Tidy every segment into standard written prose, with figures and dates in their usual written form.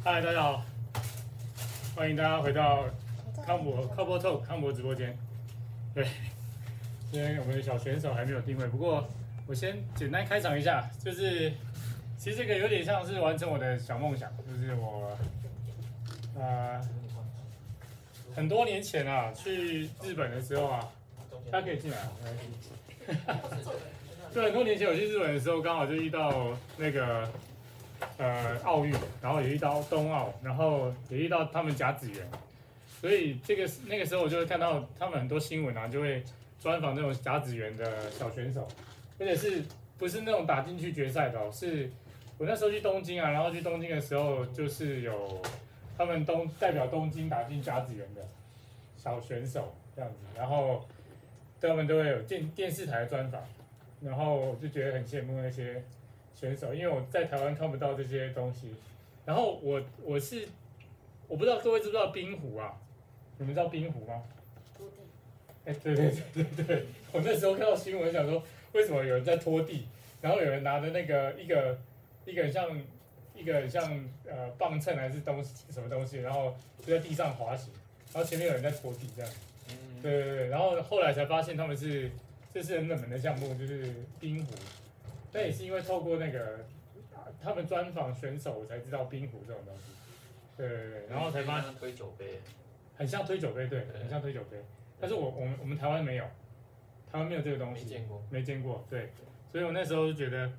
嗨，大家好，欢迎大家回到康博 Talk 康博直播间。对，今天我们的小选手还没有定位，不过我先简单开场一下，就是其实这个有点像是完成我的小梦想，就是我很多年前啊去日本的时候啊，大家可以进来，没关系。对，很多年前我去日本的时候，刚好就遇到那个奥运，然后也遇到冬奥，然后也遇到他们甲子园，所以那个时候我就会看到他们很多新闻啊，就会专访那种甲子园的小选手，而且不是那种打进去决赛的哦，是我那时候去东京啊，然后去东京的时候就是有他们代表东京打进甲子园的小选手这样子，然后他们都会有电视台的专访，然后我就觉得很羡慕那些选手，因为我在台湾看不到这些东西。然后我不知道各位知不知道冰壶啊？你们知道冰壶吗？ 拖地。 哎，对，我那时候看到新闻，想说为什么有人在拖地，然后有人拿着那个一个很像磅秤还是什么东西，然后就在地上滑行，然后前面有人在拖地这样。对，然后后来才发现这是很冷门的项目，就是冰壶。那也是因为透过那个他们专访选手，我才知道冰壶这种东西。对，然后才发现推酒杯， 很像推酒杯，对，很像推酒杯。但是我们台湾没有，台湾没有这个东西，没见过，对。所以我那时候就觉得，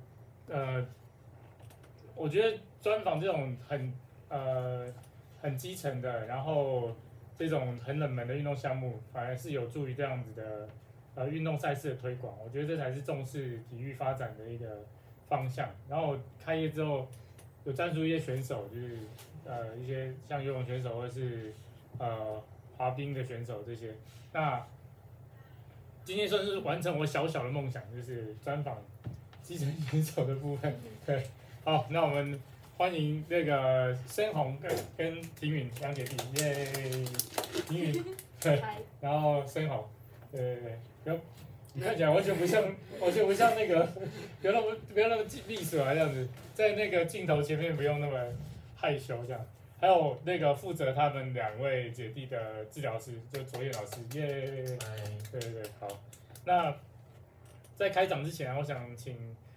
我觉得专访这种很基层的，然后这种很冷门的运动项目，反而是有助于这样子的运动赛事的推广。我觉得这才是重视体育发展的一个方向。然后开业之后，有赞助一些选手，就是一些像游泳选手或是滑冰的选手这些。那今天算是完成我小小的梦想，就是专访基层选手的部分。对，好，那我们欢迎那个申红跟庭允两姐弟，耶！庭允对，然后申红，对，你看起来完全不像那个，不要那么利索啊，这样子，在那个镜头前面不用那么害羞这样。还有那个负责他们两位姐弟的治疗师，就卓燕老师，耶！对，好。那在开场之前我想请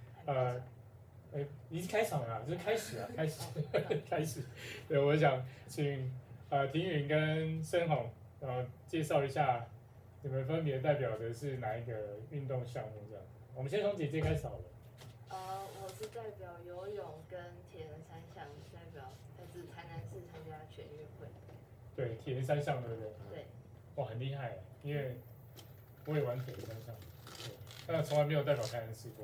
已经开场了，就是开始了，开始。对，我想请庭允跟申红介绍一下，你们分别代表的是哪一个运动项目？这样，我们先从姐姐开始好了。 我是代表游泳跟铁人三项，代表来自台南市参加全运会。 对，铁人三项对不对？ 对。 哇，很厉害，因为我也玩铁人三项，对，但从来没有代表台南市过。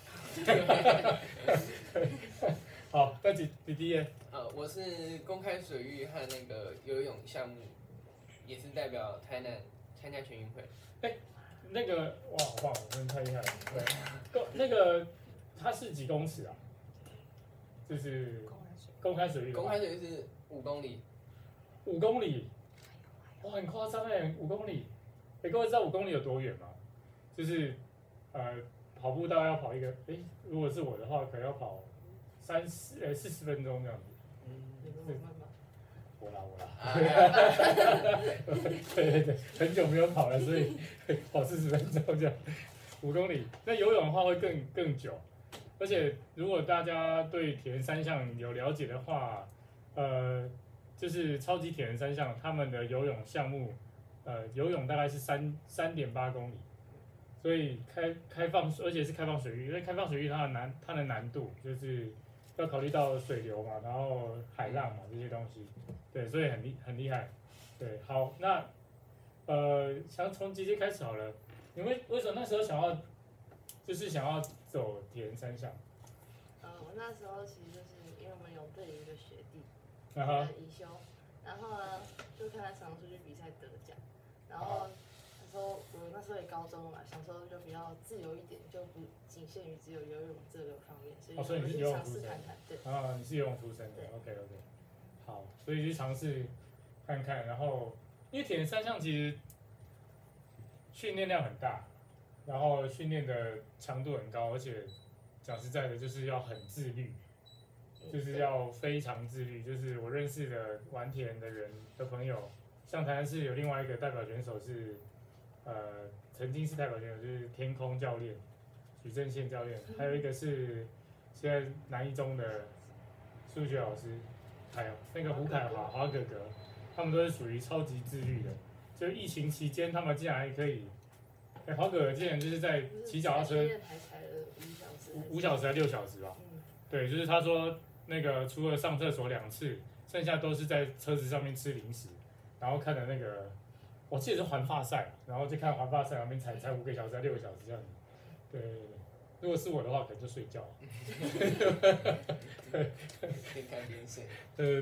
好，那弟弟耶？ 我是公开水域和那个游泳项目，也是代表台南参加全运会。 那个哇，好棒，真的太厉害了。对，那个它是几公尺啊？就是公开水域。 公开水域是5公里。 5公里，哇，很夸张哎，5公里。各位知道5公里有多远吗？就是跑步大概要跑一个，如果是我的话，可能要跑40分钟这样子。我啦。对，很久没有跑了，所以跑40分钟这样。5公里，那游泳的话会更久，而且如果大家对铁人三项有了解的话，就是超级铁人三项他们的游泳项目，游泳大概是3.8公里。所以开放，而且是开放水域，因为开放水域它的难度就是要考虑到水流嘛，然后海浪嘛这些东西，对，所以很厉害。对，好，那想从姐姐开始好了，你们为什么那时候想要走铁人三项？ 我那时候其实就是因为我们有队里一个学弟，宜修，然后呢就看他常出去比赛得奖，然后。我那时候也高中嘛，想说就比较自由一点，就不仅限于只有游泳这个方面，所以我就尝试看看。对。 你是游泳出身的 ，OK。好，所以去尝试看看，然后因为铁人三项其实训练量很大，然后训练的强度很高，而且讲实在的，就是要很自律。 就是要非常自律。就是我认识的玩铁人的人的朋友，像台南市有另外一个代表选手是，曾经是代表选手，就是天空教练许正宪教练，还有一个是现在南一中的数学老师，还有那个胡凯华哥哥，他们都是属于超级自律的。就疫情期间，他们竟然还可以，华哥哥竟然就是在骑脚踏车5小时还6小时吧？对，就是他说那个除了上厕所2次，剩下都是在车子上面吃零食，然后看的那个，我记得是环法赛，然后就看环法赛，那边才5个小时、6个小时这样子。对，如果是我的话，可能就睡觉。 边看边睡。 对。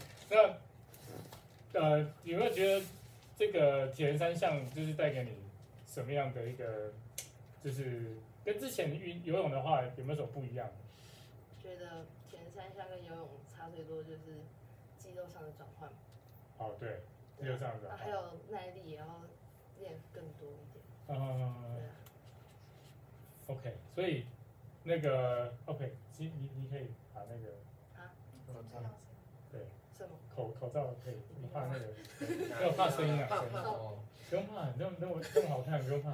那有没有觉得这个铁人3项就是带给你什么样的一个，就是跟之前游泳的话有没有什么不一样？ 觉得铁人3项跟游泳差最多就是肌肉上的转换。 哦，对，肌肉上的转换。 还有耐力也要练更多一点。对啊。 OK， 所以那个 OK， 其实你可以把那个对， 什么？ 口罩可以，你怕那个，不要怕声音啊，不用怕，那么好看，不用怕。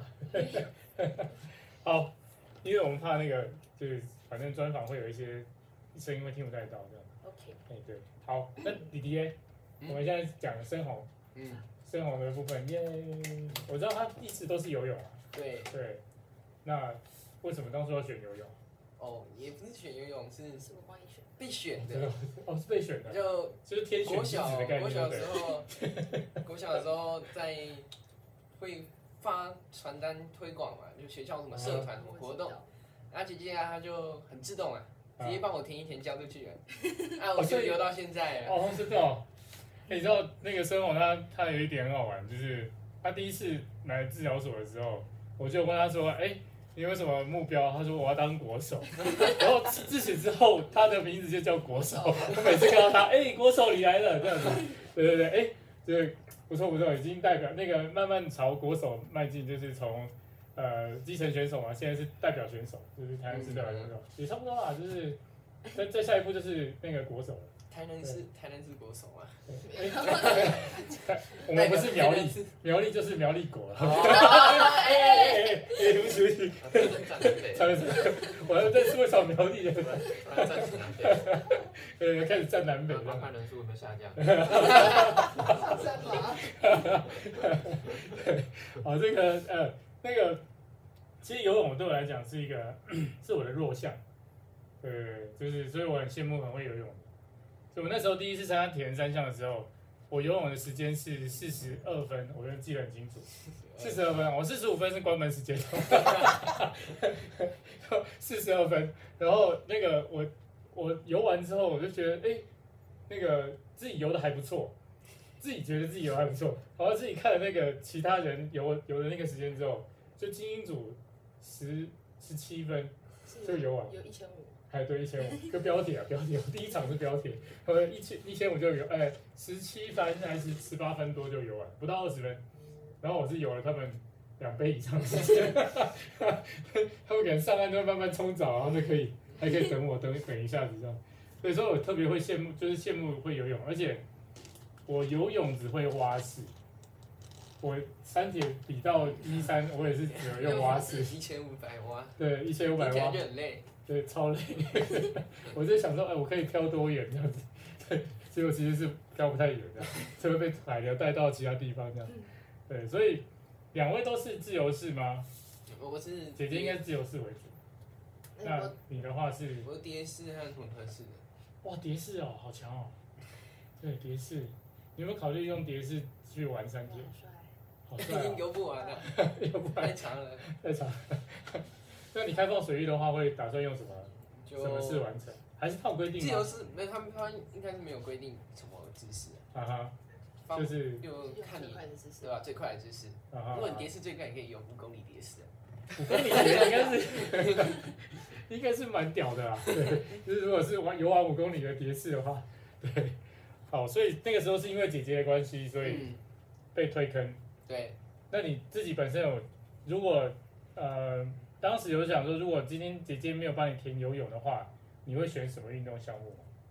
好，因为我们怕那个，就是反正专访会有一些声音会听不太到这样。 OK。 对，好，那弟弟耶，我们现在讲深红，深红的部分，耶，我知道他一直都是游泳啊。对。那为什么当初要选游泳？ 哦，也不是选游泳，是什么帮你选？ 被选的。 哦，是被选的。就是天选之子的概念。 国小的时候在会发传单推广嘛，就学校什么社团什么活动，然后姐姐她就很自动啊，直接帮我填一填交出去了，我就游到现在了。 哦，是的哦。你知道那个申红他有一点很好玩，就是他第一次来治疗所的时候，我就问他说，你有什么目标？他说我要当国手。然后自此之后，他的名字就叫国手。我每次看到他，国手你来了这样子。对，就是不错，已经代表那个慢慢朝国手迈进，就是从基层选手嘛，现在是代表选手，就是台南市代表选手，也差不多啦，就是再下一步就是那个国手了。 台南市国手嘛。 我们不是苗栗，苗栗就是苗栗国了。对不起，我要在说少苗栗人。对，开始站南北了。 观看人数有没有下降？ 好，这个那个，其实游泳对我来讲是一个是我的弱项。就是所以我很羡慕很会游泳的。所以我那时候第一次参加铁人3项的时候，我游泳的时间是42分，我就记得很清楚。42分，我45分是关门时间。42分，然后那个我游完之后，我就觉得那个自己游的还不错，自己觉得自己游还不错，然后自己看了那个其他人游的那个时间之后，就精英组17分就游完， 有1500。 对，1500，就标铁，我第一场是标铁，他们1500就游，17分还是18分多就游完，不到20分，然后我是游了他们2倍以上的时间，他们可能上岸就慢慢冲澡，然后就还可以等我等一下子这样，所以说我特别会羡慕会游泳，而且我游泳只会蛙式，我3铁比到1-3，我也是只能用蛙式 ，1500蛙， 对，1500蛙， 就很累。 对，超累。我就想说，我可以飘多远这样子？对，结果其实是飘不太远的，就会被海流带到其他地方这样。对，所以2位都是自由式吗？ 我是姐姐应该是自由式为主。那你的话是？ 我是蝶式和混合式的。 哇，蝶式哦，好强哦。对，蝶式，你有没有考虑用蝶式去玩3铁？好帅。 已经游不完了，太长了。 那你开放水域的话，会打算用什么式完成？还是他有规定吗？ 自由式没有，他应该是没有规定什么姿势。 就是看你对吧？最快的姿势。如果你蝶式最快，你可以用5公里蝶式。 5公里蝶式应该是蛮屌的啦。对，就是如果是游完5公里的蝶式的话，对，好，所以那个时候是因为姐姐的关系，所以被推坑。 对。 那你自己本身如果当时有想说，如果今天姐姐没有帮你填游泳的话，你会选什么运动项目吗？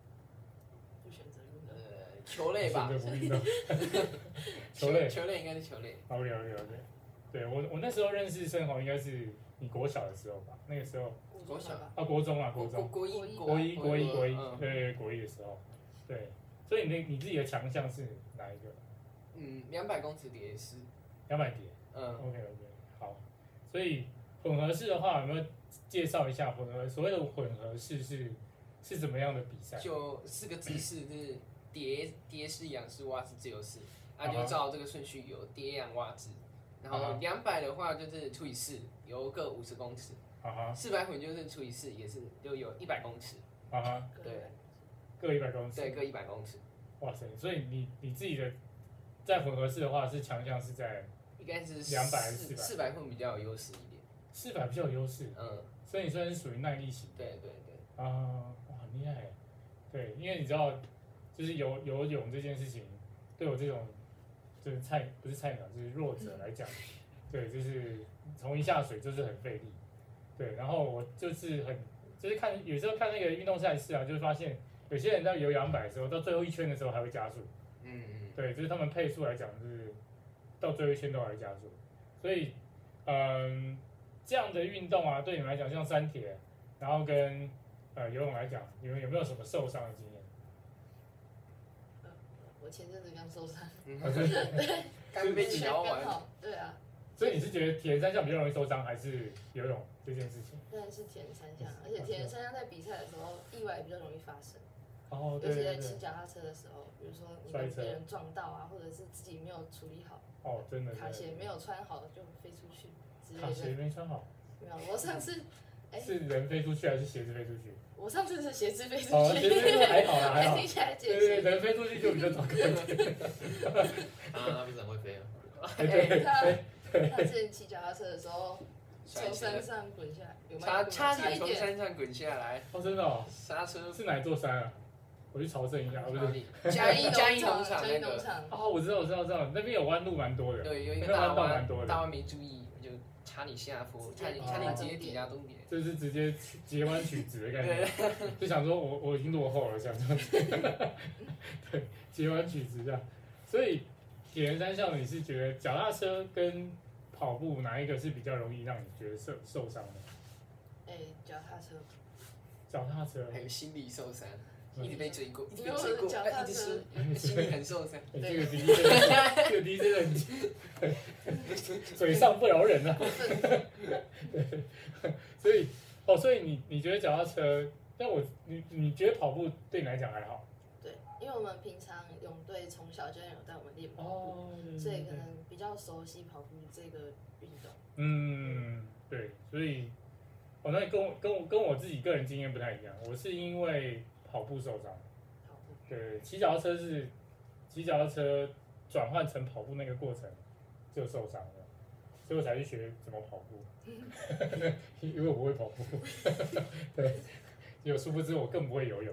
球类吧， 球类应该是球类。 OK，对我那时候认识生蚝应该是你国小的时候吧，那个时候国小国中啊，国一，对，国一的时候，对，所以你自己的强项是哪一个 ？200公尺蝶式 ，200蝶，OK，好，所以混合式的话有没有介绍一下所谓的混合式是怎么样的比赛？ 就4个姿势，就是蝶式、仰式、蛙式、自由式，就照这个顺序有蝶、仰、蛙、自。然后200的话就是除以4，有各50公尺。400混就是除以4，也是就有100公尺。对， 各100公尺。 对，各100公尺。 哇塞，所以你自己的在混合式的话是强项是在应该是 200还是 400混比较有优势一点。 400比较有优势。所以你算是属于耐力型。 对。 哇，很厉害。对，因为你知道，就是游泳这件事情，对我这种就是不是菜鸟，就是弱者来讲，对，就是从一下水就是很费力。对，然后我就是有时候看那个运动赛事啊，就会发现有些人在游200的时候，到最后1圈的时候还会加速。对，就是他们配速来讲，就是到最后1圈都还会加速。所以，这样的运动啊，对你们来讲，像三铁，然后跟游泳来讲，你们有没有什么受伤的经验？ 我前阵子刚受伤。 对，刚被脚完。 对啊。 所以你是觉得铁人三项比较容易受伤，还是游泳这件事情？ 当然是铁人三项，而且铁人三项在比赛的时候，意外比较容易发生。 对。 尤其在骑脚踏车的时候，比如说你被别人撞到啊，或者是自己没有处理好。 真的。 卡鞋没有穿好就飞出去之类的。 卡鞋没穿好？ 没有，我上次。 是人飞出去还是鞋子飞出去？ 我上次是鞋子飞出去。 鞋子飞出去还好啦，还好。 听起来解对，人飞出去就比较糟糕一点。 他不是很会飞他之前骑脚踏车的时候，从山上滚下来，差点从山上滚下来。 真的哦。 刹车是哪一座山啊？我去朝圣一下，不是。 嘉义农场那个。 我知道，那边有弯路蛮多的。 对，有一个大弯没注意。差你下坡，差点直接抵达终点， 就是直接截弯取直的概念，就想说我已经落后了，想这样子，对，截弯取直这样。所以铁人三项，你是觉得脚踏车跟跑步哪一个是比较容易让你觉得受伤的？ 脚踏车。 脚踏车。 还有心理受伤，一直被追过，一直输， 心里很受伤。 这个第一真的很嘴上不饶人啊。所以你觉得脚踏车？但你觉得跑步对你来讲还好？ 对，因为我们平常泳队从小就有带我们练跑步，所以可能比较熟悉跑步这个运动。 对，所以那跟我自己个人经验不太一样，我是因为跑步受伤。对，骑脚踏车转换成跑步那个过程就受伤了，所以我才去学怎么跑步。因为我不会跑步。对，有殊不知我更不会游泳。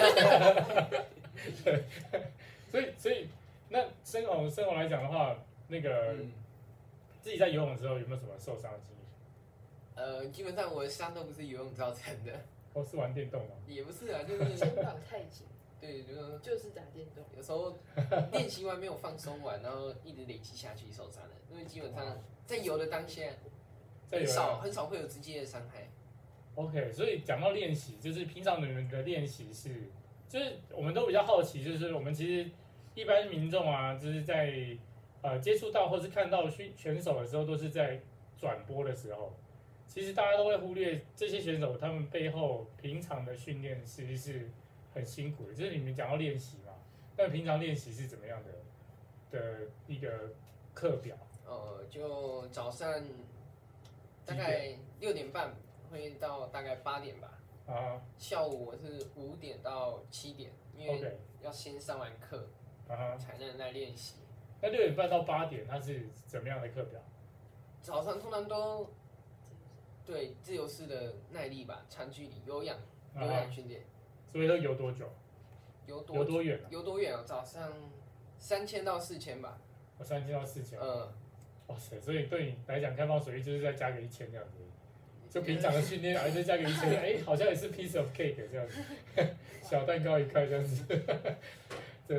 对，所以那生活来讲的话，那个自己在游泳的时候有没有什么受伤的经验？ 基本上我的伤都不是游泳造成的。 是玩电动吗？ 也不是啊，就是肩膀太紧。 对， 就是打电动。 有时候练习完没有放松完，然后一直累积下去受伤了。因为基本上在游的当下，很少会有直接的伤害。 OK， 所以讲到练习，就是平常你们的练习就是我们都比较好奇，就是我们其实一般民众啊，就是在接触到或是看到选手的时候，都是在转播的时候。其实大家都会忽略这些选手，他们背后平常的训练其实是很辛苦的。就是你们讲到练习嘛，但平常练习是怎么样的一个课表？ 就早上大概6点半会到大概8点吧。下午我是5点到7点，因为要先上完课，才能来练习。 那6点半到8点，它是怎么样的课表？ 早上通常都。对，自由式的耐力吧，长距离有氧训练。 所以都游多久？ 游多远？游多远啊？早上3000到4000吧。 3000到4000。哇塞！所以对你来讲，开放水域就是再加个1000这样子。就平常的训练，再加个1000，好像也是 piece of cake 这样子，小蛋糕一块这样子。对，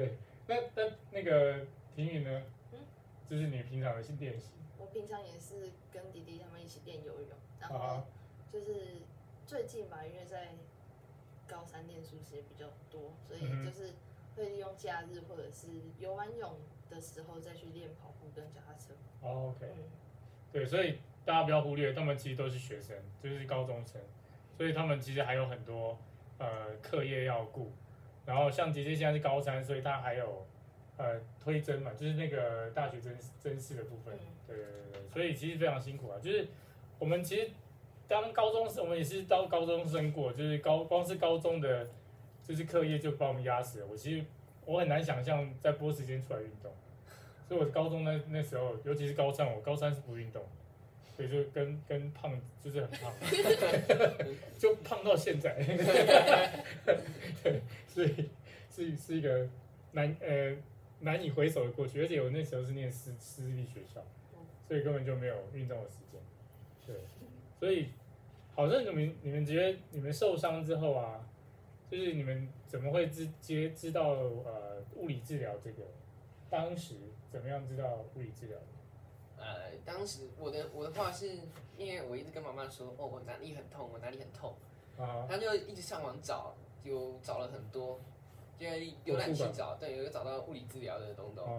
那个婷宇呢？就是你平常的练习。 我平常也是跟弟弟他们一起练游泳，然后就是最近吧，因为在高三念书时间比较多，所以就是会利用假日或者是游完泳的时候再去练跑步跟脚踏车。 OK，对，所以大家不要忽略，他们其实都是学生，就是高中生，所以他们其实还有很多课业要顾。然后像姐姐现在是高三，所以她还有推甄嘛，就是那个大学甄试的部分。对，所以其实非常辛苦啊。就是我们其实当高中生，我们也是当高中生过，就是光是高中的，就是课业就把我们压死了。我很难想象再拨时间出来运动。所以我高中那时候，尤其是高三，我高三是不运动，所以就跟胖就是很胖，就胖到现在。对，所以是一个难以回首的过去，而且我那时候是念私立学校，所以根本就没有运动的时间。对，所以好像你们觉得你们受伤之后啊，就是你们怎么会知道物理治疗这个？当时怎么样知道物理治疗？ 当时我的话是因为我一直跟妈妈说，我哪里很痛，我哪里很痛，她就一直上网找，就找了很多，就浏览器找，对，有找到物理治疗的东东，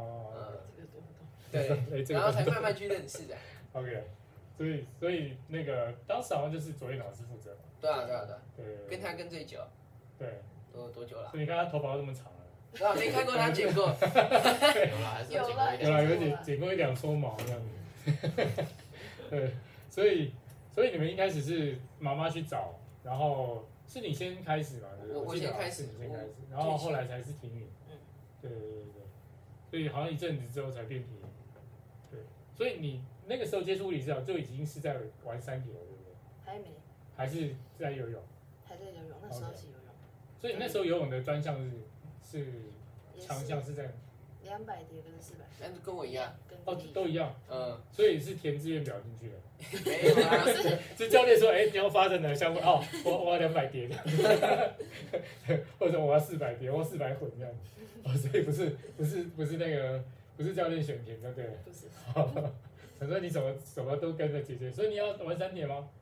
对，然后才慢慢去认识的。 OK， 所以那个当时好像就是卓燕老师负责嘛。 对啊，跟他跟最久。 对。 多久了？ 所以你看他头发都这么长了。 没看过他剪过。 有啦，还是有剪过1-2撮毛这样子。对，所以你们一开始是妈妈去找，然后是你先开始嘛？ 我先开始， 然后后来才是婷宇。对。所以好像一阵子之后才变婷宇。对，所以你那个时候接触物理治疗就已经是在玩3铁了，对不对？ 还没。 还是在游泳？ 还在游泳，那时候是游泳。 所以那时候游泳的专项是强项是在 200叠跟400。 那跟我一样。 都一样。所以是填志愿表进去的。 没有啊， 是教练说，你要发展的项目我要200叠的，或者我要400叠，我400混这样。所以不是那个不是教练选填的，对。 不是。 想说你什么都跟着姐姐，所以你要玩3铁吗？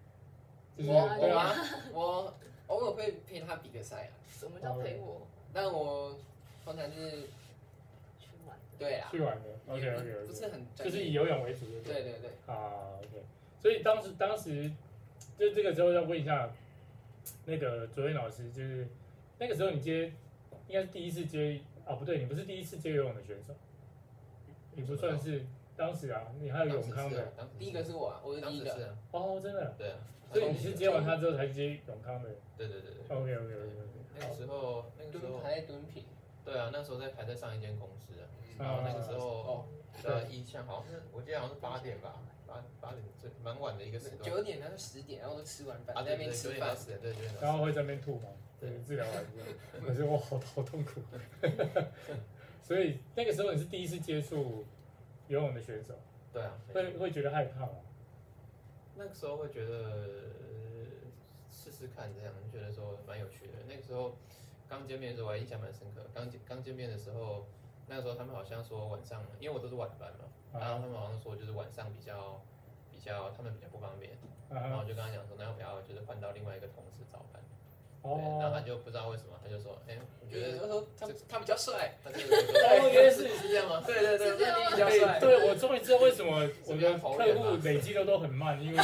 我偶尔会陪他比个赛啊。 什么叫陪我？ 但我通常是去玩。 对啊。 去玩的。OK。 不是很。 就是以游泳为主的。 对。 OK。所以当时就这个时候要问一下那个卓燕老师，就是那个时候你应该是第一次接不对，你不是第一次接游泳的选手，你不算是当时啊，你还有永康的。 第一个是我，我是第一个。 真的。 对啊。 所以你是接完他之后才接永康的。 对。 OK。 那个时候还在蹲平。 对啊，那时候还在上一间公司啊。然后那个时候印象好像是我记得好像是8点吧，8点蛮晚的一个时段。 9点到10点，然后都吃完饭在那边吃饭。 对。 然后会在那边吐嘛？对，治疗完之后，可是我好痛苦。所以那个时候你是第一次接触游泳的选手。 对啊。 会觉得害怕吗？ 那个时候会觉得试试看这样，觉得说蛮有趣的。那个时候刚见面的时候我还印象蛮深刻。刚见面的时候，那个时候他们好像说晚上，因为我都是晚班嘛，然后他们好像说就是晚上比较他们比较不方便，然后我就跟他讲说，那要不要就是换到另外一个同事早班？然后他就不知道为什么，他就说，我觉得他比较帅，他就原来是这样吗？ 对，他比较帅。 对，我终于知道为什么我的客户累积的都很慢，因为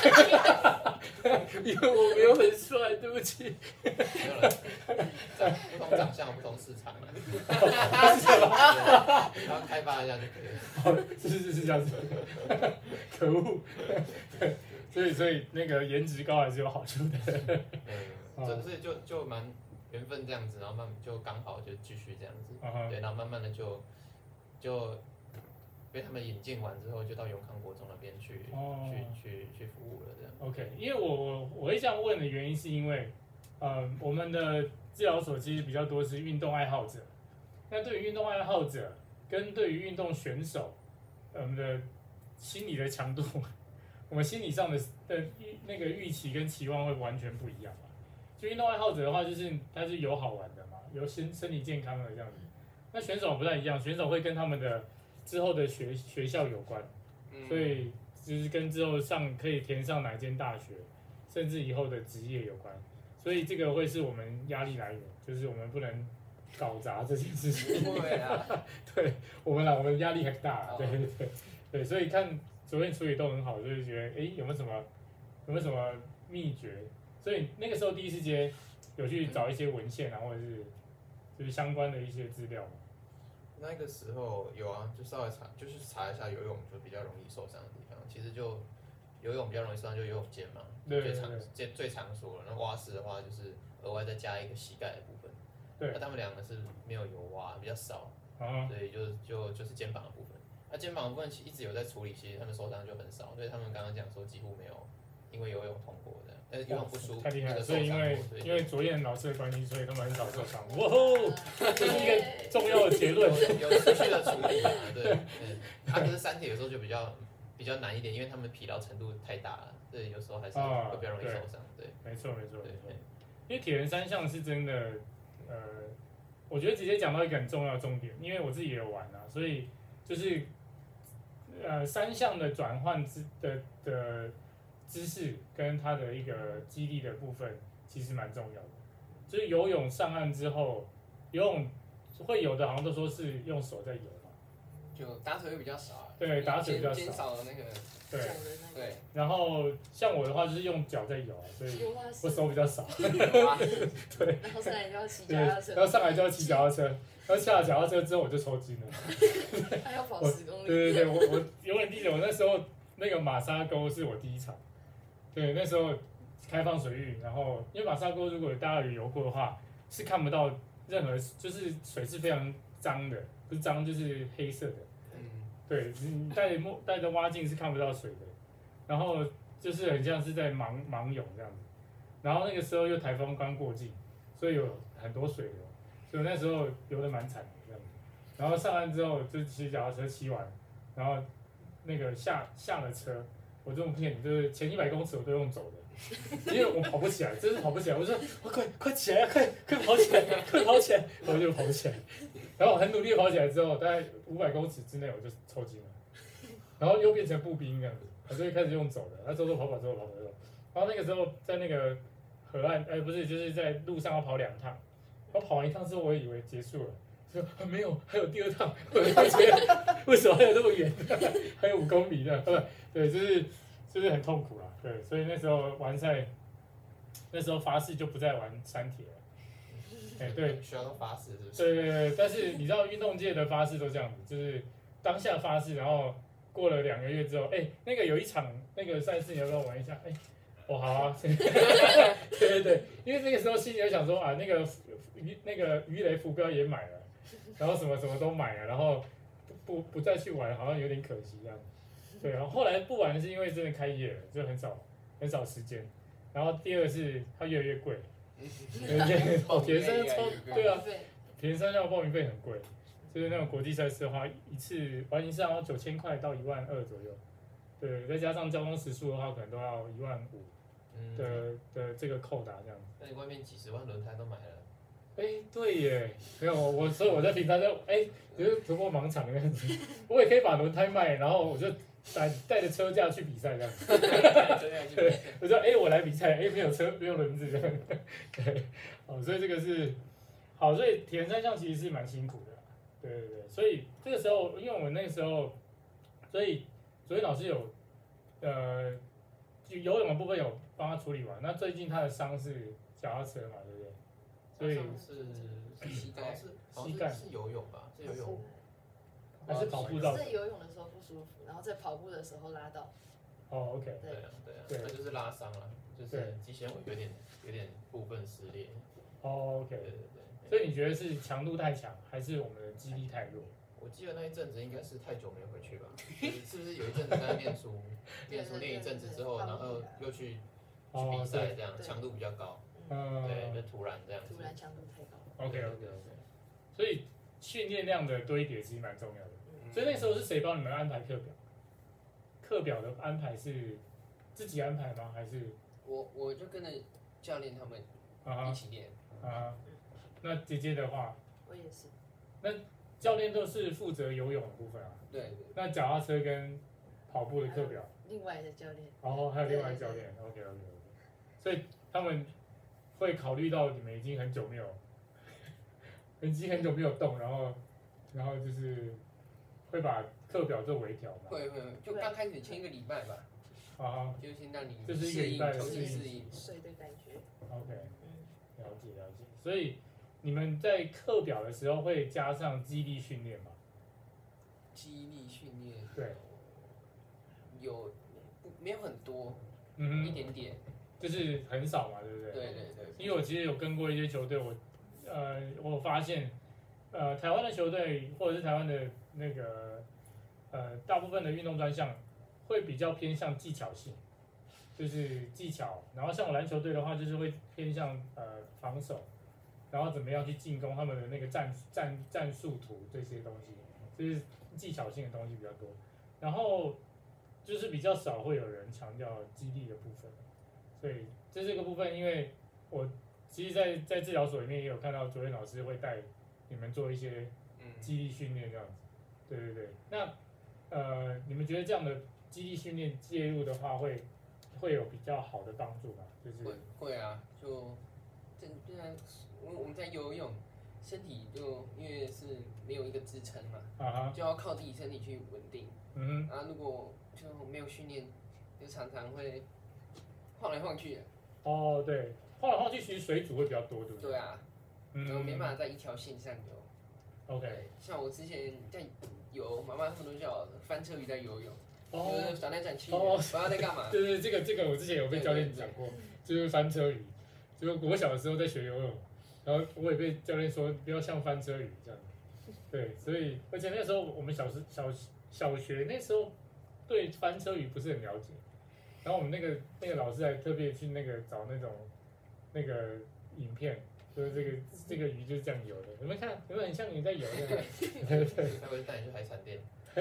我没有很帅，对不起。 没有了，不同长相不同市场，然后开发一下就可以了。 是这样子。可恶。所以那个颜值高还是有好处的。 所以就蛮缘分这样子，然后慢慢就刚好就继续这样子，对，然后慢慢的就被他们引进完之后，就到永康国中那边去服务了这样。 OK， 因为我会这样问的原因是因为，我们的治疗所其实比较多是运动爱好者，那对于运动爱好者跟对于运动选手，我们的心理的强度，我们心理上的那个预期跟期望会完全不一样嘛。就运动爱好者的话，就是他是有好玩的嘛，有身体健康的这样子。 那选手不太一样，选手会跟他们的之后的学校有关，所以就是跟之后可以填上哪间大学，甚至以后的职业有关，所以这个会是我们压力来源，就是我们不能搞砸这件事情。 对啊， 对我们压力很大，对，所以看昨天处理都很好，就是觉得有没有什么秘诀？所以那个时候第一次接有去找一些文献啊，或者是就是相关的一些资料嘛。 那个时候有啊，就稍微查一下游泳就比较容易受伤的地方。其实就游泳比较容易受伤，就游泳肩嘛，最常说了。那蛙式的话，就是额外再加一个膝盖的部分。 对。 那他们两个是没有游蛙，比较少，所以就是肩膀的部分。那肩膀的部分其实一直有在处理，其实他们受伤就很少，所以他们刚刚讲说几乎没有因为游泳痛过的，但是游泳不舒服， 太厉害了。所以因为卓彦老师的关系，所以他们很少受伤。哇吼，这是一个重要的结论。 有持续的处理啊，对。可是三铁有时候就比较难一点，因为他们疲劳程度太大了，所以有时候还是会比较容易受伤。对， 没错。因为铁人三项是真的，我觉得直接讲到一个很重要的重点，因为我自己也有玩啊，所以就是三项的转换的姿势跟它的一个肌力的部分其实蛮重要的。就是游泳上岸之后，游泳会有的好像都说是用手在游嘛， 就打水会比较少， 对，打水比较少， 减少了那个对。 然后像我的话就是用脚在游啊，所以我手比较少。 对。然后上来就要骑脚踏车。 然后上来就要骑脚踏车，然后下了脚踏车之后我就抽筋了。 还要跑10公里。 对，我永远记得我那时候那个马沙沟是我第一场。对，那时候开放水域，然后因为马沙沟如果大家有游过的话，是看不到任何，就是水是非常脏的，不是脏就是黑色的。对，你带着蛙镜是看不到水的，然后就是很像是在盲泳这样子。然后那个时候又台风刚过境，所以有很多水流，所以我那时候游得蛮惨的这样子。然后上岸之后就骑脚踏车骑完，然后那个下了车。我这种骗你，就是前100公尺我都用走的，因为我跑不起来，真是跑不起来。我说快起来，快跑起来，快跑起来，我就跑起来。然后我很努力的跑起来之后，大概500公尺之内我就抽筋了，然后又变成步兵这样子，我就开始用走的，然后走跑。然后那个时候在那个河岸，不是，就是在路上要跑2趟，然后跑完1趟之后，我以为结束了。说没有，还有第2趟，为什么还有这么远？还有5公里的，对，就是很痛苦啦。对，所以那时候完赛，那时候发誓就不再玩三铁了。对， 需要都发誓是不是？ 对，但是你知道运动界的发誓都这样子，就是当下发誓，然后过了2个月之后，那个有一场那个赛事你要不要玩一下？好啊，对，因为那个时候心里有想说啊，那个鱼雷浮标也买了。然后什么都买了，然后不再去玩，好像有点可惜这样。对，然后后来不玩是因为真的开业了，就很少时间。然后第二是它越来越贵，铁人三项对啊，铁人三项报名费很贵，就是那种国际赛事的话，一次玩一次要9000块到12000左右。对，再加上交通时数的话，可能都要15000的这个扣打这样子。 那你外面几10万轮胎都买了？ 对耶，没有所以我在平常就就是突破盲场那样子，我也可以把轮胎卖，然后我就带着车架去比赛这样子。对，我说我来比赛，没有车没有轮子这样。对，所以这个是好，所以铁人三项其实是蛮辛苦的。对，所以这个时候，因为我们那个时候，所以老师有游泳的部分有帮他处理完，那最近他的伤是脚踏车嘛，对不对？所以是膝盖是游泳吧？是游泳还是跑步造成？ 在游泳的时候不舒服，然后在跑步的时候拉到。 OK。 对，那就是拉伤了，就是肌纤维有点部分撕裂。 OK。对。所以你觉得是强度太强，还是我们的肌力太弱？ 我记得那一阵子应该是太久没回去吧？是不是有一阵子在念书练一阵子之后，然后又去比赛，这样强度比较高。对，就突然这样子。 突然强度太高。 OK。所以训练量的堆叠其实蛮重要的。所以那时候是谁帮你们安排课表？课表的安排是自己安排吗？还是我就跟着教练他们一起练。 那姐姐的话， 我也是。 那教练都是负责游泳的部分啊。 对。 那脚踏车跟跑步的课表， 另外的教练。 还有另外的教练。OK。所以他们会考虑到你们已经很久没有动，然后就是会把课表做微调嘛。 会，就刚开始前1个礼拜吧。就先让你就是1个礼拜的适应水的感觉。 OK。了解。所以你们在课表的时候会加上肌力训练吗？ 肌力训练。 对。 没有很多，一点点。 就是很少嘛，对不对？ 对。 因为我其实有跟过一些球队，我发现，台湾的球队或者是台湾的那个大部分的运动专项会比较偏向技巧性，就是技巧。然后像我篮球队的话，就是会偏向防守，然后怎么样去进攻，他们的那个战术图这些东西，就是技巧性的东西比较多。然后就是比较少会有人强调肌力的部分。所以这个部分，因为我其实在治疗所里面也有看到卓燕老师会带你们做一些肌力训练这样子。对。那你们觉得这样的肌力训练介入的话，会有比较好的帮助吗？就是会啊，就我们在游泳，身体就因为是没有一个支撑嘛，就要靠自己身体去稳定。如果就没有训练，就常常会晃来晃去的。 对，晃来晃去，其实水阻会比较多，对不对？ 对啊，就没办法在一条线上游。 OK。像我之前在游，妈妈他们都叫我翻车鱼在游泳，就是转来转去，不知道在干嘛。 对，这个我之前有被教练讲过，就是翻车鱼。就是我小的时候在学游泳，然后我也被教练说不要像翻车鱼这样。对，所以而且那时候我们小学那时候对翻车鱼不是很了解。然后我们那个老师还特别去找那个影片，就是这个鱼就是这样游的，你们看有没有很像你在游的？ 对，他会带你去海产店。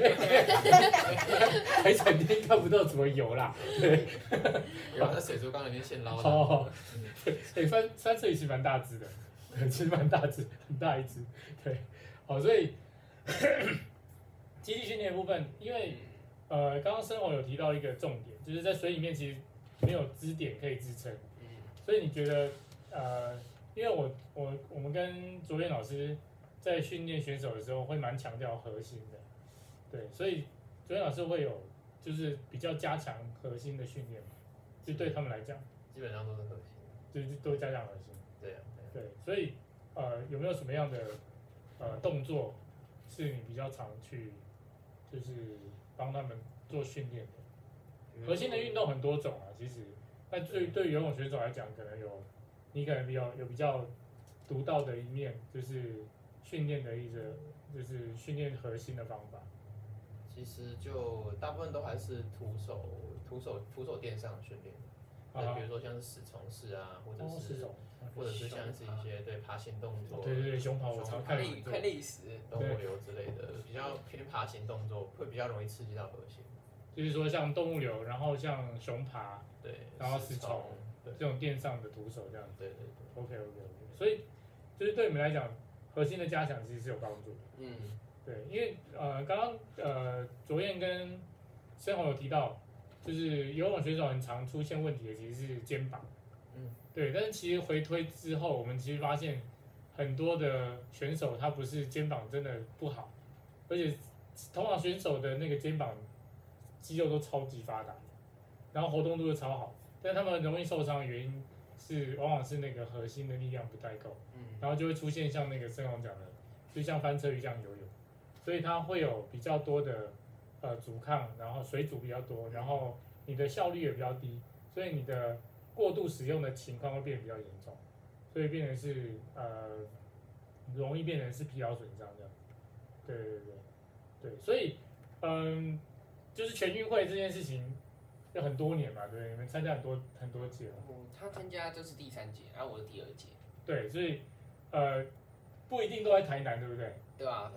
海产店看不到怎么游啦。对。 有在水族缸里面现捞的。 翻车鱼其实蛮大只的，其实蛮大只，很大一只。对。所以肌力训练的部分，因为刚刚生活有提到一个重点，就是在水里面其实没有支点可以支撑。所以你觉得因为我们跟卓燕老师在训练选手的时候会蛮强调核心的。对，所以卓燕老师会有就是比较加强核心的训练嘛，就对他们来讲， 基本上都是核心， 就是都加强核心。对，所以有没有什么样的动作是你比较常去就是帮他们做训练的？核心的运动很多种啊，其实，但对于游泳选手来讲，你可能有比较独到的一面，就是训练的就是训练核心的方法。 其实就大部分都还是徒手垫上训练，比如说像是死虫式啊，或者是像是一些爬行动作， 对，熊跑我常看快累死， 动物流之类的，比较偏爬行动作，会比较容易刺激到核心。 就是说像动物流，然后像熊爬， 对， 然后死虫，这种垫上的徒手这样。 对。 OK。所以就是对你们来讲，核心的加强其实是有帮助的。对，因为刚刚卓燕跟申宏有提到，就是游泳选手很常出现问题的其实是肩膀。对，但是其实回推之后，我们其实发现很多的选手他不是肩膀真的不好，而且通常选手的那个肩膀肌肉都超级发达，然后活动度又超好，但他们容易受伤的原因往往是那个核心的力量不太够，然后就会出现像那个申宏讲的，就像翻车鱼这样游泳，所以它会有比较多的阻抗，然后水阻比较多，然后你的效率也比较低，所以你的过度使用的情况会变得比较严重，所以变成是容易变成是疲劳损伤这样。对，所以就是全运会这件事情有很多年嘛，对，你们参加很多届了。 他参加这是第3届，然后我是第2届。 对，所以不一定都在台南，对不对？ 对啊。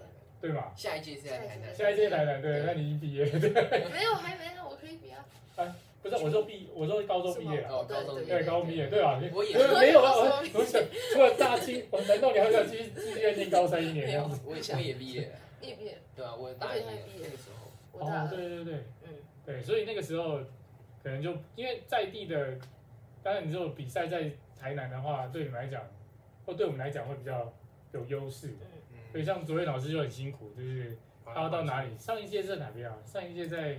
对嘛？ 下一届是在台南。 下一届台南，对，那你已经毕业了，对。 没有，还没有，我可以比啊。 不是，我说高中毕业了。 高中对，高中毕业，对吧？ 我也没有啊，我想除了大清，难道你还想继续念高3 1年？ 没有，我也毕业了。 你也毕业？ 对啊，我大一那个时候。 哦，对，对，所以那个时候可能就因为在地的，当然你说比赛在台南的话，对你们来讲，或对我们来讲会比较有优势。所以像卓越老师就很辛苦，就是他要到哪里？上一届在哪边啊？上一届在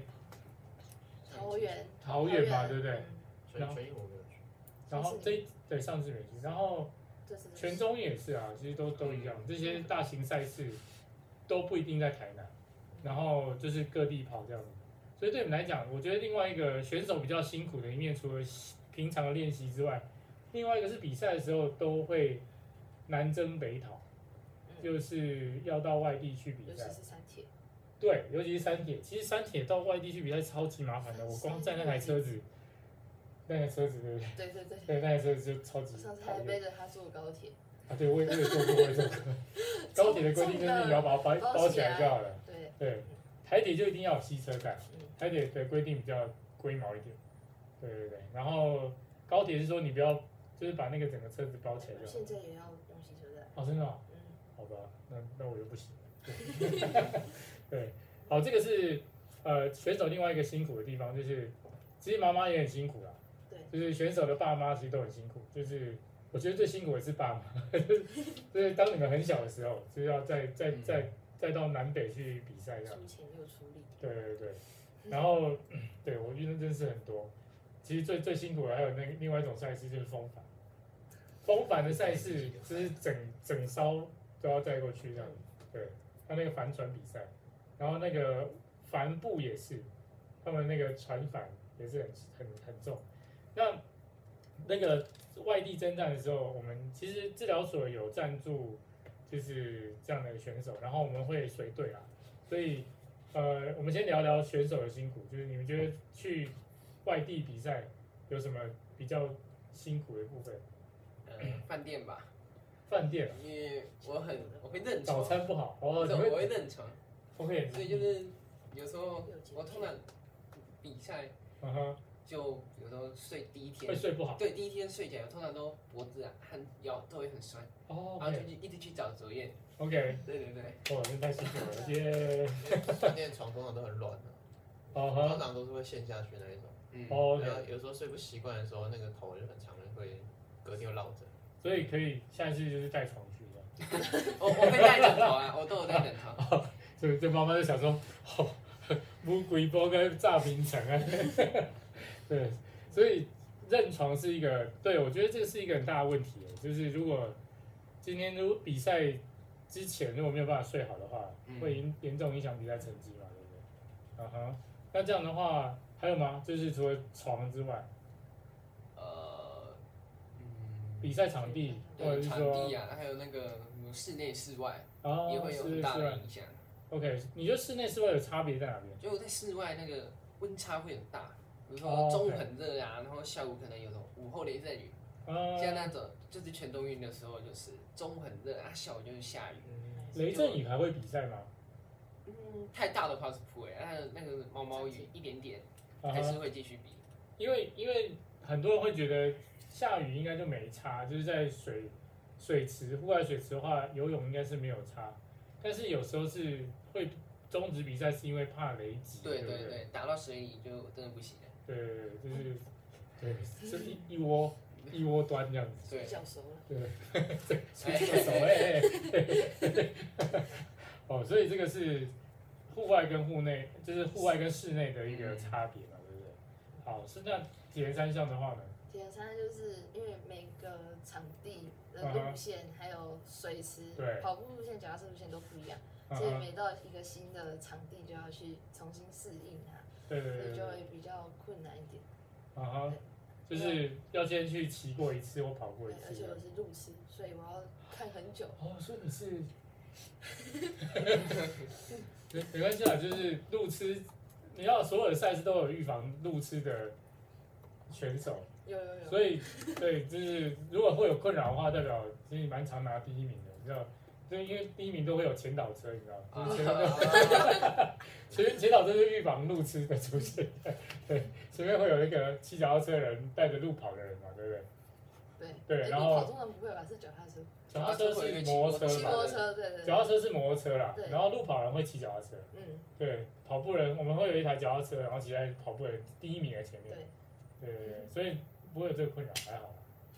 桃园嘛，对不对？ 全英我没有去。 然后对上次没去，然后全中也是啊，其实都一样，这些大型赛事都不一定在台南，然后就是各地跑这样子。所以对你们来讲，我觉得另外一个选手比较辛苦的一面，除了平常的练习之外，另外一个是比赛的时候都会南征北讨，就是要到外地去比赛。 尤其是三铁。 对，尤其是三铁，其实三铁到外地去比赛超级麻烦的，我光载那台车子，对不对？对，那台车子就超级。 上次还背着他坐高铁。 啊，对，我也坐过。高铁的规定就是你要把它包起来就好了。对，台铁就一定要有吸车站，台铁的规定比较龟毛一点。对，然后高铁是说你不要，就是把那个整个车子包起来就好。 现在也要用吸车站。 哦，真的哦。好吧，那我就不行了。对，好，这个是选手另外一个辛苦的地方，就是其实妈妈也很辛苦啦。 对。 就是选手的爸妈其实都很辛苦，就是我觉得最辛苦的是爸妈，就是当你们很小的时候，就是要再到南北去比赛这样。 出钱又出力。 对。然后对我遇到真是很多，其实最辛苦的还有另外一种赛事就是风帆。风帆的赛事就是整艘都要载过去这样子，对，他那个帆船比赛。然后那个帆布也是，他们那个船帆也是很重。那个外地征战的时候，我们其实治疗所有赞助，就是这样的选手，然后我们会随队啦。所以我们先聊聊选手的辛苦，就是你们觉得去外地比赛有什么比较辛苦的部分？ 饭店吧。 饭店。 因为我会认床。 早餐不好， 我会认床。 OK。 所以就是有时候我通常比赛，就有时候睡第一天会睡不好。 对，第一天睡起来，通常都脖子和腰都会很酸。然后就一直去找卓燕。 OK。 对。 哇，真太辛苦了，耶！ 饭店床通常都很软的，通常都是会陷下去那一种。有时候睡不习惯的时候，那个头就很长，会隔天又落枕。 所以可以下一次就是带床去的。 我会带枕头啊，我都有带枕头。 所以妈妈就想说，乌龟波跟炸平城啊。对，所以认床是一个，对我觉得这是一个很大的问题，就是如果今天比赛之前如果没有办法睡好的话，会严重影响比赛成绩嘛，对不对？那这样的话还有吗？就是除了床之外，比赛场地或者是说场地啊，还有那个室内室外，也会有很大的影响。 OK， 你觉得室内室外有差别在哪边？ 就在室外那个温差会很大，比如说中午很热啊，然后下午可能有种午后雷阵雨。像那种就是全冬运的时候，就是中午很热啊，下午就是下雨。 雷阵雨还会比赛吗？ 太大的话是不会，那个毛毛雨一点点还是会继续比。 因为很多人会觉得下雨应该就没差，就是在水池户外水池的话，游泳应该是没有差，但是有时候是会终止比赛是因为怕雷击。对， 打到水里就真的不行了。 对，就是是一窝端这样子。 对，叫熟了。 对，叫熟所以这个是户外跟户内，就是户外跟室内的一个差别嘛，对不对？好，是那铁人三项的话呢？ 铁人三项就是因为每个场地的路线还有水池、跑步路线、脚踏车路线都不一样，所以每到一个新的场地就要去重新适应它，所以就会比较困难一点。 就是要先去骑过一次或跑过一次。 而且我是路痴，所以我要看很久。 所以你是没关系啦，就是路痴，你要所有的赛事都有预防路痴的选手。 有。所以对，就是如果会有困扰的话，代表其实蛮常拿第一名的，你知道， 对，因为第一名都会有前导车，你知道吗？前导车是预防路痴的出现，对，前面会有一个骑脚踏车的人带着路跑的人嘛，对不对？对，然后路跑通常不会吧？是脚踏车。 脚踏车是摩托车嘛？ 骑摩托车，对。 脚踏车是摩托车啦，然后路跑人会骑脚踏车。对，跑步人我们会有一台脚踏车，然后骑在跑步人第一名的前面。对，所以不会有这个困扰，还好。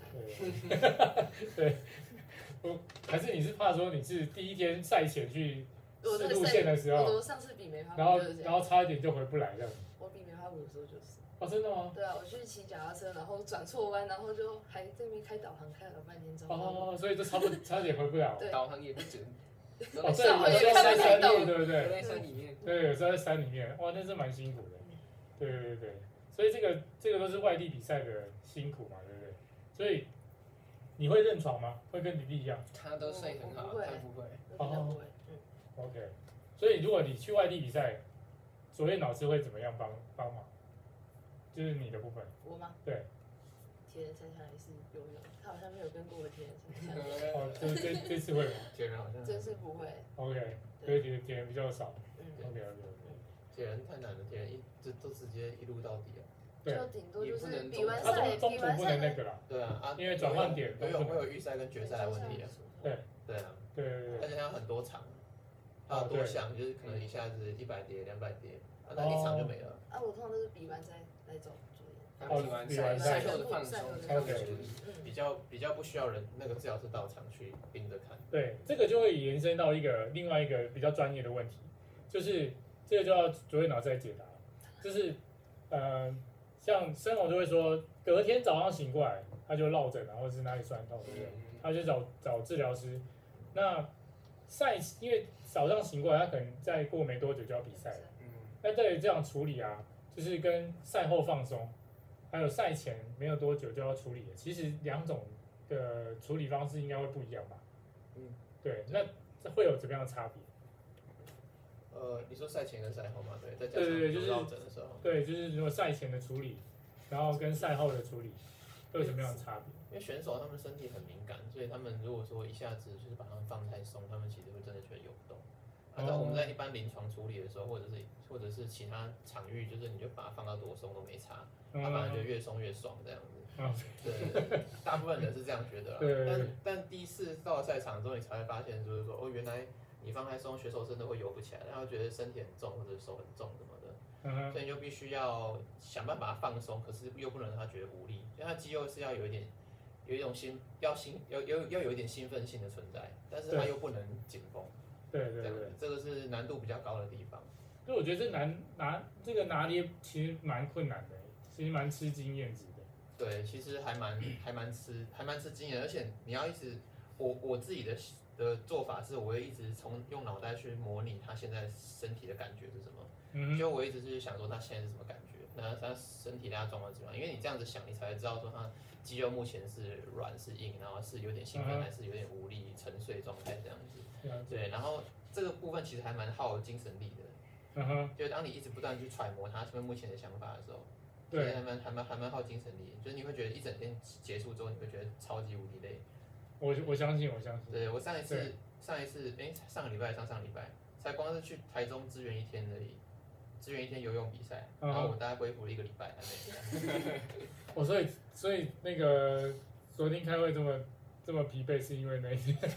对，还是你是怕说你是第一天赛前去试路线的时候， 我上次比梅花， 然后差一点就回不来这样。 我比梅花湖的时候就是。 哦，真的吗？ 对啊，我去骑脚踏车，然后转错弯，然后就还这边开导航开了半天钟。 哦，所以就差点回不了。 对， 导航也不准。 哦，对，有时候在山里，对不对？ 在山里面。 对，有时候在山里面，哇，那是蛮辛苦的。对，所以这个都是外地比赛的辛苦嘛，对不对？所以你会认床吗？会跟弟弟一样？ 他都睡很好，他不会。 哦 ，OK。所以如果你去外地比赛，左右脑师会怎么样帮忙？就是你的部分。 我吗？ 对。 铁人三项还是游泳？他好像没有跟过我铁人三项。 哦，这次会吗？ 铁人好像。 这次不会。 OK，所以铁人比较少。OK。 铁人太难了，铁人都直接一路到底了。 就顶多就是比完赛， 中途不能那个啦。 对啊， 因为转换点游泳会有预赛跟决赛的问题啊。对啊，而且它有很多场，还有多项，就是可能一下子100叠、200叠，那一场就没了。 我通常都是比完赛来走。 比完赛后的放松比较不需要人那个治疗师到场去盯着看。 对，这个就会延伸到另外一个比较专业的问题，就是这个就要卓越脑再解答，就是像生龙就会说，隔天早上醒过来他就落枕，然后是哪里酸痛，对不对？他就找治疗师。那因为早上醒过来，他可能再过没多久就要比赛了。那对于这样处理啊，就是跟赛后放松，还有赛前没有多久就要处理的，其实两种的处理方式应该会不一样吧？对，那会有怎么样的差别？ 你说赛前跟赛后嘛，对，再加上就是落枕的时候， 对，就是如果赛前的处理，然后跟赛后的处理，会有什么样的差别？ 因为选手他们身体很敏感，所以他们如果说一下子就是把他们放太松，他们其实会真的觉得游不动。但我们在一般临床处理的时候，或者是其他场域，就是你就把它放到多松都没差，他反而就越松越爽这样子。对，大部分人是这样觉得啦。但第一次到了赛场之后，你才会发现，就是说，原来你放太松，选手真的会游不起来，然后觉得身体很重或者手很重什么的。所以你就必须要想办法把它放松，可是又不能让他觉得无力，因为他肌肉是要有一点。有一种要有一点兴奋性的存在，但是它又不能紧绷。 对， 这个是难度比较高的地方。 所以我觉得这个拿捏其实蛮困难的，其实蛮吃经验值的。 对，其实还蛮吃经验，而且你要一直我自己的做法是，我会一直用脑袋去模拟他现在身体的感觉是什么。就我一直是想说他现在是什么感觉，那他身体状况怎么样？因为你这样子想，你才会知道说他肌肉目前是软是硬，然后是有点兴奋还是有点无力沉睡状态这样子。对，然后这个部分其实还蛮耗精神力的。就当你一直不断去揣摩他目前的想法的时候，对，还蛮耗精神力。就是你会觉得一整天结束之后，你会觉得超级无敌累。 我相信。 对，我上一次，上个礼拜才光是去台中支援一天而已。支援一天游泳比赛，然后我大概恢复了1个礼拜还没。 所以那个昨天开会这么疲惫，是因为那一天，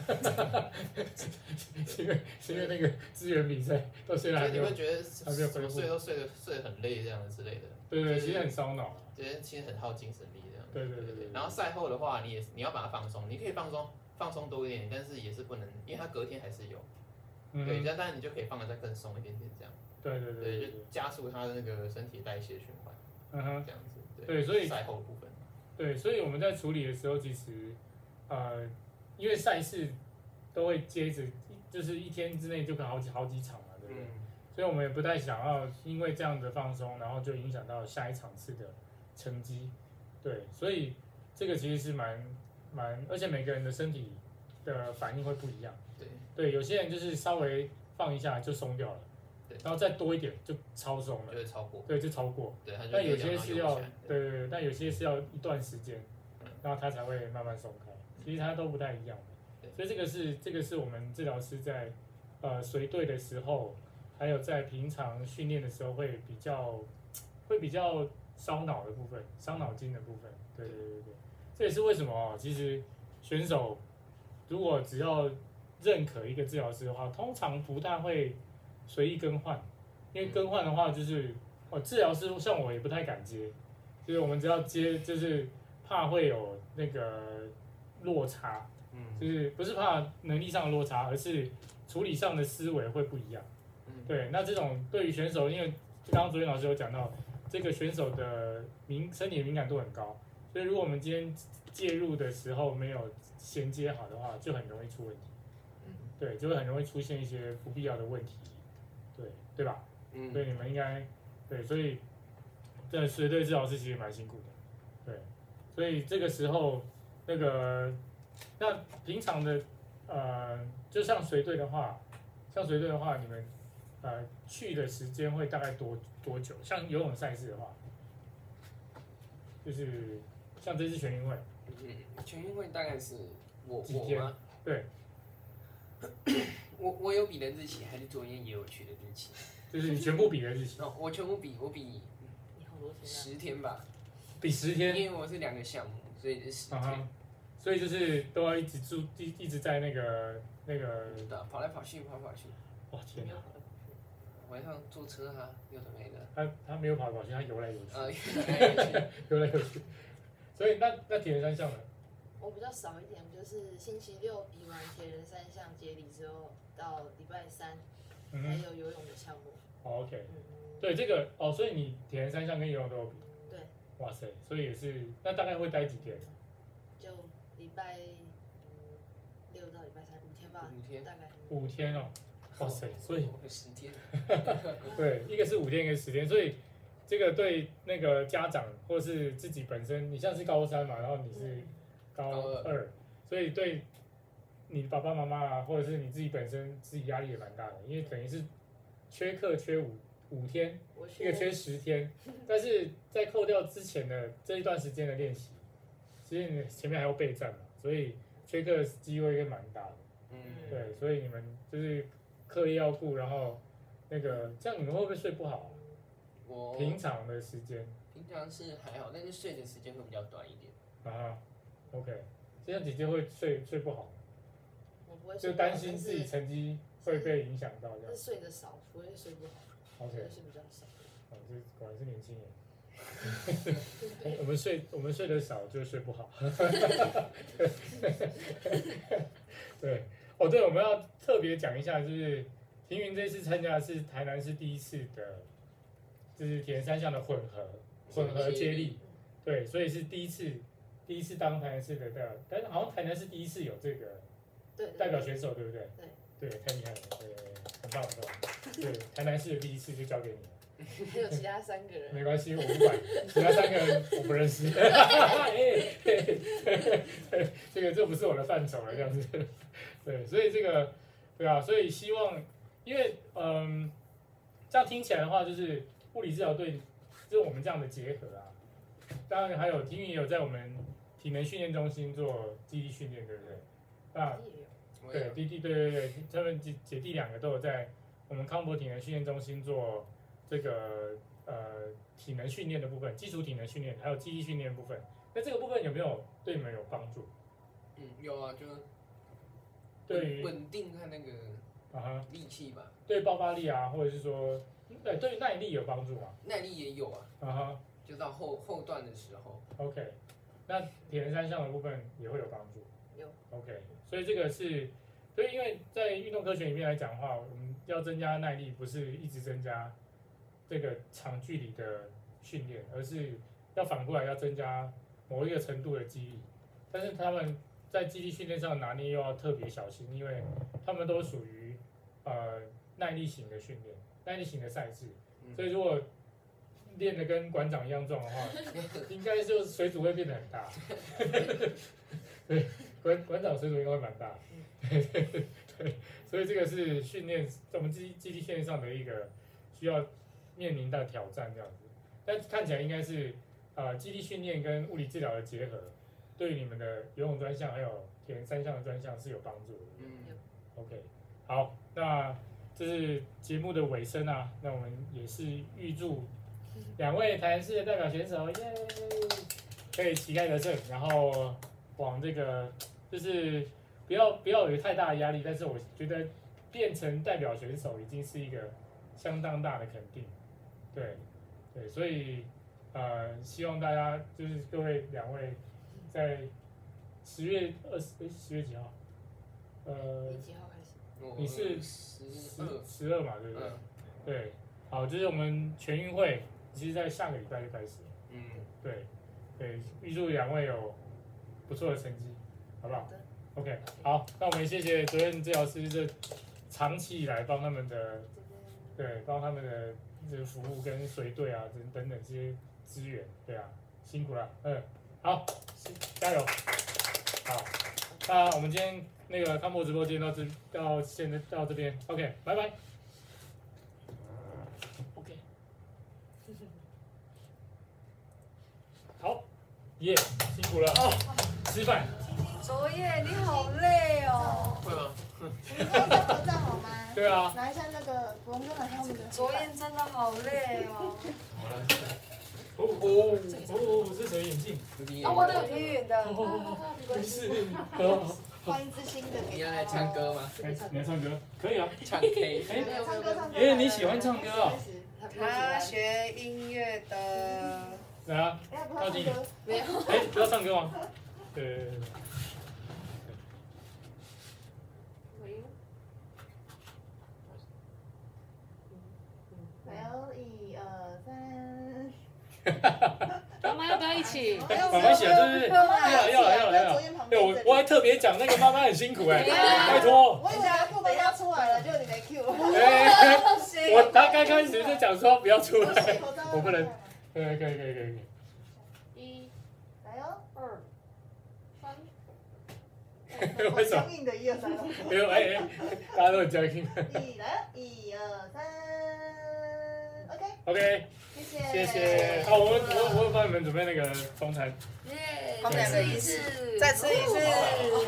是因为那个支援比赛到现在还没有， 你会觉得还没有恢复， 睡得很累这样之类的。 对，其实很烧脑。 对，其实很耗精神力这样。 对。 然后赛后的话，你要把它放松，你可以放松多一点，但是也是不能，因为它隔天还是有。对，这样当然你就可以放得再更松一点点这样。对，就加速它的那个身体代谢循环。这样子。 对，所以赛后部分。 对，所以我们在处理的时候，其实因为赛事都会接着，就是一天之内就可能好几场嘛，对不对？所以我们也不太想要因为这样的放松，然后就影响到下一场次的成绩。对，所以这个其实是蛮，而且每个人的身体的反应会不一样。对，有些人就是稍微放一下就松掉了。然后再多一点就超松了， 就超过， 对，就超过。但有些是要，但有些是要一段时间，然后它才会慢慢松开。其实它都不太一样。 所以这个是我们治疗师在随队的时候，还有在平常训练的时候会比较烧脑的部分，伤脑筋的部分。对，这也是为什么其实选手如果只要认可一个治疗师的话，通常不太会随意更换，因为更换的话就是治疗师像我也不太敢接，就是我们只要接就是怕会有那个落差，就是不是怕能力上的落差，而是处理上的思维会不一样。对，那这种对于选手，因为刚刚昨天老师有讲到，这个选手的身体的敏感度很高，所以如果我们今天介入的时候没有衔接好的话，就很容易出问题。对，就会很容易出现一些不必要的问题，对吧？所以你们应该对，所以这随队治疗师其实蛮辛苦的，对，所以这个时候那平常的就像随队的话，你们去的时间会大概多久？像游泳赛事的话，就是像这次全运会， 全运会大概是我吗？ 对。 我有比的日期，还是昨天也有去的日期？ 就是你全部比的日期。 我全部比10天吧。 比10天？ 因为我是2个项目，所以是10天。 所以就是都要一直在那个。 跑来跑去。 哇天哪！ 晚上坐车哈，有的没的。 他没有跑来跑去，他游来游去。游来游去。所以那铁人三项呢？ 我比较少一点，就是星期六比完铁人三项接力之后，到礼拜3还有游泳的项目。 OK。对这个所以你铁人三项跟游泳都有比。 对。 哇塞，所以也是，那大概会待几天？ 就礼拜6到礼拜3，5天吧。 5天。 大概。 5天哦。哇塞，所以。 10天。 对，一个是5天，一个是10天，所以这个对那个家长或是自己本身，你像是高3嘛，然后你是。高2，所以对你爸爸妈妈啊，或者是你自己本身自己压力也蛮大的，因为等于是缺课缺5天，一个缺10天，但是在扣掉之前的这一段时间的练习，其实你前面还要备战嘛，所以缺课的机会应该蛮大的。对，所以你们就是课业要顾，然后那个这样你们会不会睡不好啊？平常的时间。 平常是还好，但是睡的时间会比较短一点。 OK， 这样姐姐会睡不好， 我不会就担心自己成绩会被影响到这样。 是睡得少，不会睡不好。OK， 睡比较少。 这果然是年轻人。我们睡得少就睡不好。对，对，我们要特别讲一下，就是庭云这次参加的是台南市第一次的，就是铁人三项的混合接力，对，所以是第一次当台南市的代表，但是好像台南市第一次有这个代表选手，对不对？对，太厉害了，对，很棒。对，台南市的第一次就交给你了。 还有其他3个人。 没关系，我不管，其他3个人我不认识。这不是我的范畴了，这样子。对，所以对啊，所以希望，因为这样听起来的话，就是物理治疗对，就是我们这样的结合啊。当然还有庭云也有在我们体能训练中心做肌力训练，对不对？对，弟弟对，他们姐弟2个都有在我们康博体能训练中心做这个体能训练的部分，基础体能训练，还有肌力训练的部分。那这个部分有没有对你们有帮助？ 有啊，就对于稳定和那个力气吧。 对爆发力啊，或者是说，对于耐力有帮助吗？ 耐力也有啊。就到后段的时候。 OK， 那铁人三项的部分也会有帮助。 有。 OK， 所以这个是，所以因为在运动科学里面来讲的话，我们要增加耐力，不是一直增加这个长距离的训练，而是要反过来要增加某一个程度的肌力。但是他们在肌力训练上拿捏又要特别小心，因为他们都属于耐力型的训练，耐力型的赛事，所以如果练得跟馆长一样壮的话，应该就水阻会变得很大。对，馆长水阻应该会蛮大。对，所以这个是训练我们肌力训练上的一个需要面临的挑战这样子。但看起来应该是肌力训练跟物理治疗的结合，对于你们的游泳专项还有填3项的专项是有帮助的。 嗯 OK， 好，那这是节目的尾声啊，那我们也是预祝2位台南市的代表选手，耶，可以旗开得胜，然后往这个就是不要有太大的压力，但是我觉得变成代表选手已经是一个相当大的肯定，对，所以希望大家就是各位2位在10月几号？ 你几号开始？ 你是12嘛，对不对？对，好，就是我们全运会，其实在下个礼拜就开始了。 嗯， 对，预祝2位有不错的成绩，好不好 ？OK， 好，那我们谢谢责任治疗师这长期以来帮他们的，帮他们的这个服务跟随队啊等等这些资源，对啊，辛苦了，好，加油，好，那我们今天那个康博直播间到现在到这边 ，OK， 拜拜。OK， 好，耶，辛苦了，吃饭。 卓叶，你好累哦。 会吗？ 你们要合照好吗？ 对啊。 拿一下那个，我们就拿下我们的。 卓叶真的好累哦。 好了。 这谁眼镜？ 我都有贴远的。 没事。 换一支新的给你要来唱歌吗？ 你要唱歌？可以啊。 唱 K。 唱歌。 爷爷你喜欢唱歌啊？ 他学音乐的。 来啊，靠近。 没有。 不要唱歌吗？对。 来哦，1、2、3。 妈妈要不要一起？ 妈妈一起啊，对，要，我还特别讲那个妈妈很辛苦拜托。 我以为要副本要出来了，结果你没 Q。 他刚开始就讲说不要出来，我不能。可以。 1，来哦，2、3。 为什么？ 僵硬的1、2、3。 大家都很僵硬。 1，来，1、2、3。OK。 谢谢。好，我帮你们准备那个中餐。 耶，再吃一次。